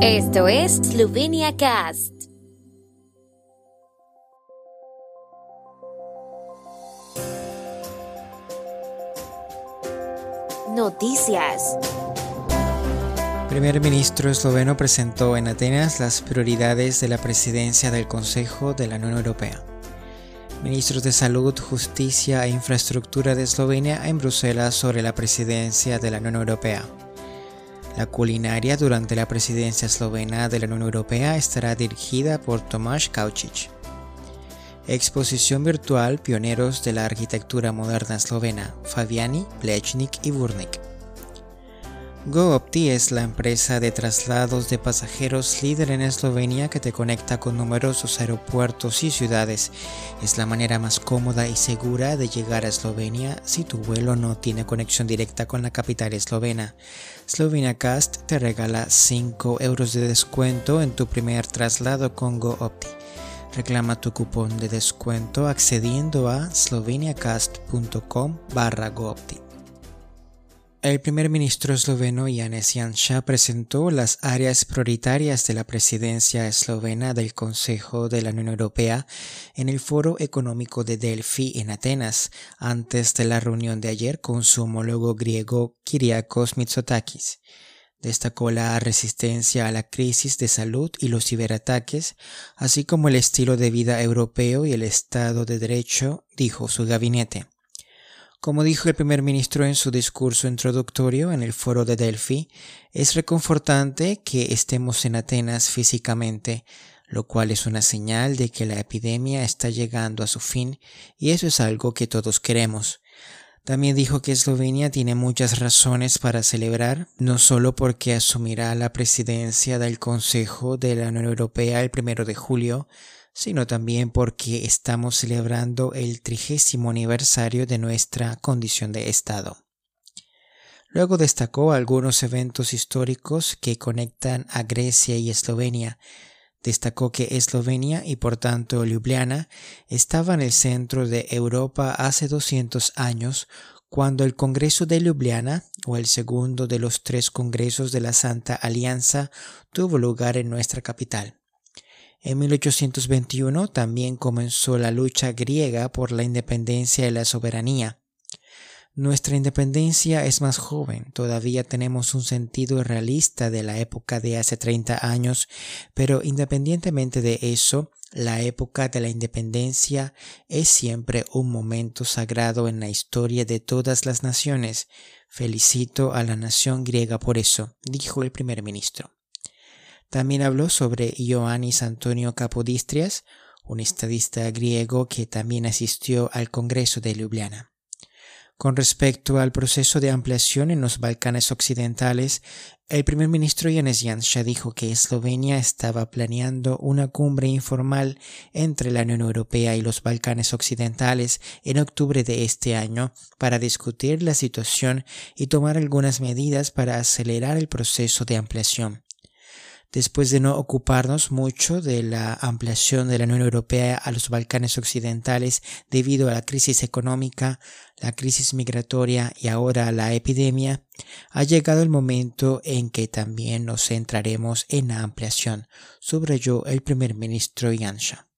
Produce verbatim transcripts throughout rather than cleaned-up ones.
Esto es Slovenia Cast. Noticias. Primer ministro esloveno presentó en Atenas las prioridades de la presidencia del Consejo de la Unión Europea. Ministros de Salud, Justicia e Infraestructura de Eslovenia en Bruselas sobre la presidencia de la Unión Europea. La culinaria durante la presidencia eslovena de la Unión Europea estará dirigida por Tomáš Kaučič. Exposición virtual Pioneros de la Arquitectura Moderna Eslovena, Fabiani, Plečnik y Burnik. GoOpti es la empresa de traslados de pasajeros líder en Eslovenia que te conecta con numerosos aeropuertos y ciudades. Es la manera más cómoda y segura de llegar a Eslovenia si tu vuelo no tiene conexión directa con la capital eslovena. Slovenia Cast te regala cinco euros de descuento en tu primer traslado con GoOpti. Reclama tu cupón de descuento accediendo a sloveniacast.com barra GoOpti. El primer ministro esloveno Janez Janša presentó las áreas prioritarias de la presidencia eslovena del Consejo de la Unión Europea en el Foro Económico de Delfi en Atenas, antes de la reunión de ayer con su homólogo griego Kyriakos Mitsotakis. Destacó la resistencia a la crisis de salud y los ciberataques, así como el estilo de vida europeo y el Estado de Derecho, dijo su gabinete. Como dijo el primer ministro en su discurso introductorio en el foro de Delfi, es reconfortante que estemos en Atenas físicamente, lo cual es una señal de que la epidemia está llegando a su fin y eso es algo que todos queremos. También dijo que Eslovenia tiene muchas razones para celebrar, no solo porque asumirá la presidencia del Consejo de la Unión Europea el primero de julio, sino también porque estamos celebrando el trigésimo aniversario de nuestra condición de Estado. Luego destacó algunos eventos históricos que conectan a Grecia y Eslovenia. Destacó que Eslovenia y por tanto Ljubljana estaba en el centro de Europa hace doscientos años, cuando el Congreso de Ljubljana, o el segundo de los tres congresos de la Santa Alianza, tuvo lugar en nuestra capital. En mil ochocientos veintiuno también comenzó la lucha griega por la independencia y la soberanía. Nuestra independencia es más joven, todavía tenemos un sentido realista de la época de hace treinta años, pero independientemente de eso, la época de la independencia es siempre un momento sagrado en la historia de todas las naciones. Felicito a la nación griega por eso, dijo el primer ministro. También habló sobre Ioannis Antonio Kapodistrias, un estadista griego que también asistió al Congreso de Ljubljana. Con respecto al proceso de ampliación en los Balcanes Occidentales, el primer ministro Janez Janša dijo que Eslovenia estaba planeando una cumbre informal entre la Unión Europea y los Balcanes Occidentales en octubre de este año para discutir la situación y tomar algunas medidas para acelerar el proceso de ampliación. Después de no ocuparnos mucho de la ampliación de la Unión Europea a los Balcanes Occidentales debido a la crisis económica, la crisis migratoria y ahora la epidemia, ha llegado el momento en que también nos centraremos en la ampliación, subrayó el primer ministro Janša.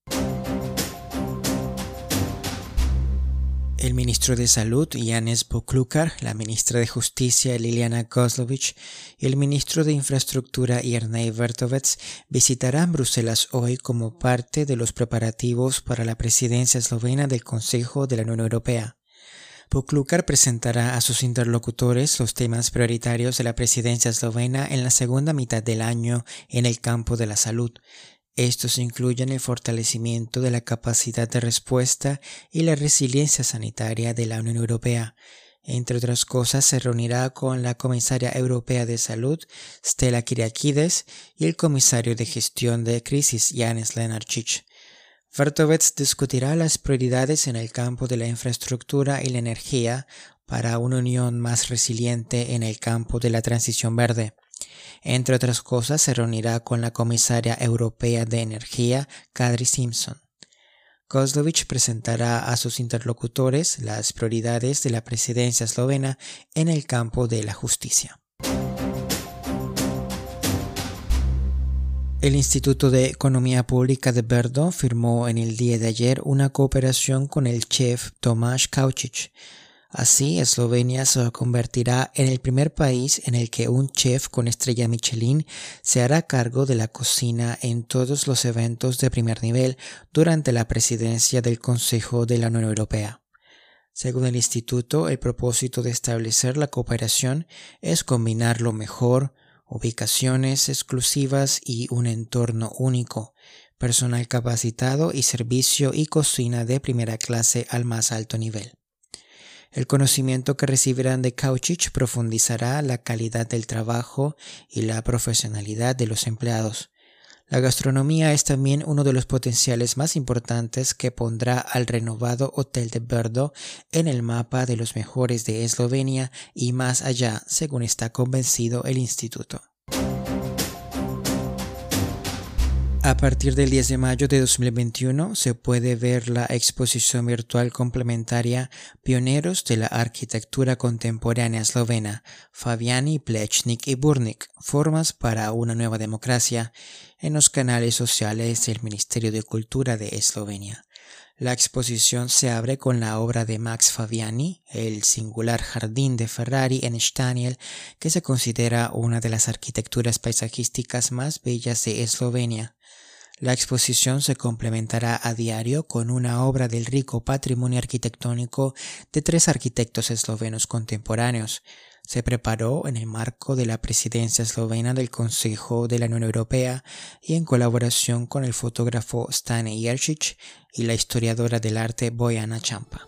El ministro de Salud, Janez Poklukar, la ministra de Justicia, Liliana Kozlovič, y el ministro de Infraestructura, Jernej Vrtovec, visitarán Bruselas hoy como parte de los preparativos para la presidencia eslovena del Consejo de la Unión Europea. Poklukar presentará a sus interlocutores los temas prioritarios de la presidencia eslovena en la segunda mitad del año en el campo de la salud. Estos incluyen el fortalecimiento de la capacidad de respuesta y la resiliencia sanitaria de la Unión Europea. Entre otras cosas, se reunirá con la comisaria europea de salud, Stella Kyriakides, y el comisario de gestión de crisis, Janez Lenarčič. Vrtovec discutirá las prioridades en el campo de la infraestructura y la energía para una unión más resiliente en el campo de la transición verde. Entre otras cosas, se reunirá con la comisaria europea de energía, Kadri Simpson. Kozlovič presentará a sus interlocutores las prioridades de la presidencia eslovena en el campo de la justicia. El Instituto de Economía Pública de Brdo firmó en el día de ayer una cooperación con el chef Tomáš Kaučič. Así, Eslovenia se convertirá en el primer país en el que un chef con estrella Michelin se hará cargo de la cocina en todos los eventos de primer nivel durante la presidencia del Consejo de la Unión Europea. Según el instituto, el propósito de establecer la cooperación es combinar lo mejor, ubicaciones exclusivas y un entorno único, personal capacitado y servicio y cocina de primera clase al más alto nivel. El conocimiento que recibirán de Kaučič profundizará la calidad del trabajo y la profesionalidad de los empleados. La gastronomía es también uno de los potenciales más importantes que pondrá al renovado Hotel de Brdo en el mapa de los mejores de Eslovenia y más allá, según está convencido el instituto. A partir del diez de mayo de dos mil veintiuno se puede ver la exposición virtual complementaria Pioneros de la Arquitectura Contemporánea Eslovena, Fabiani, Plečnik y Burnik, Formas para una Nueva Democracia, en los canales sociales del Ministerio de Cultura de Eslovenia. La exposición se abre con la obra de Max Fabiani, el singular jardín de Ferrari en Staniel, que se considera una de las arquitecturas paisajísticas más bellas de Eslovenia. La exposición se complementará a diario con una obra del rico patrimonio arquitectónico de tres arquitectos eslovenos contemporáneos. Se preparó en el marco de la presidencia eslovena del Consejo de la Unión Europea y en colaboración con el fotógrafo Stane Jeršić y la historiadora del arte Bojana Čampa.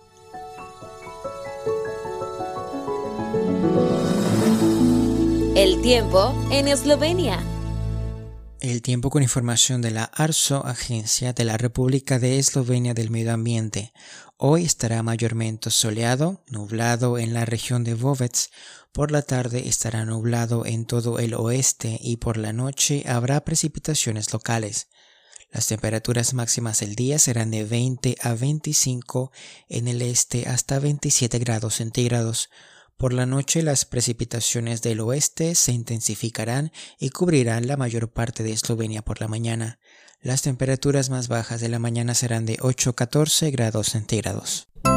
El tiempo en Eslovenia. El tiempo con información de la ARSO, Agencia de la República de Eslovenia del Medio Ambiente. Hoy estará mayormente soleado, nublado en la región de Vovec. Por la tarde estará nublado en todo el oeste y por la noche habrá precipitaciones locales. Las temperaturas máximas del día serán de veinte a veinticinco, en el este hasta veintisiete grados centígrados. Por la noche las precipitaciones del oeste se intensificarán y cubrirán la mayor parte de Eslovenia por la mañana. Las temperaturas más bajas de la mañana serán de ocho a catorce grados centígrados.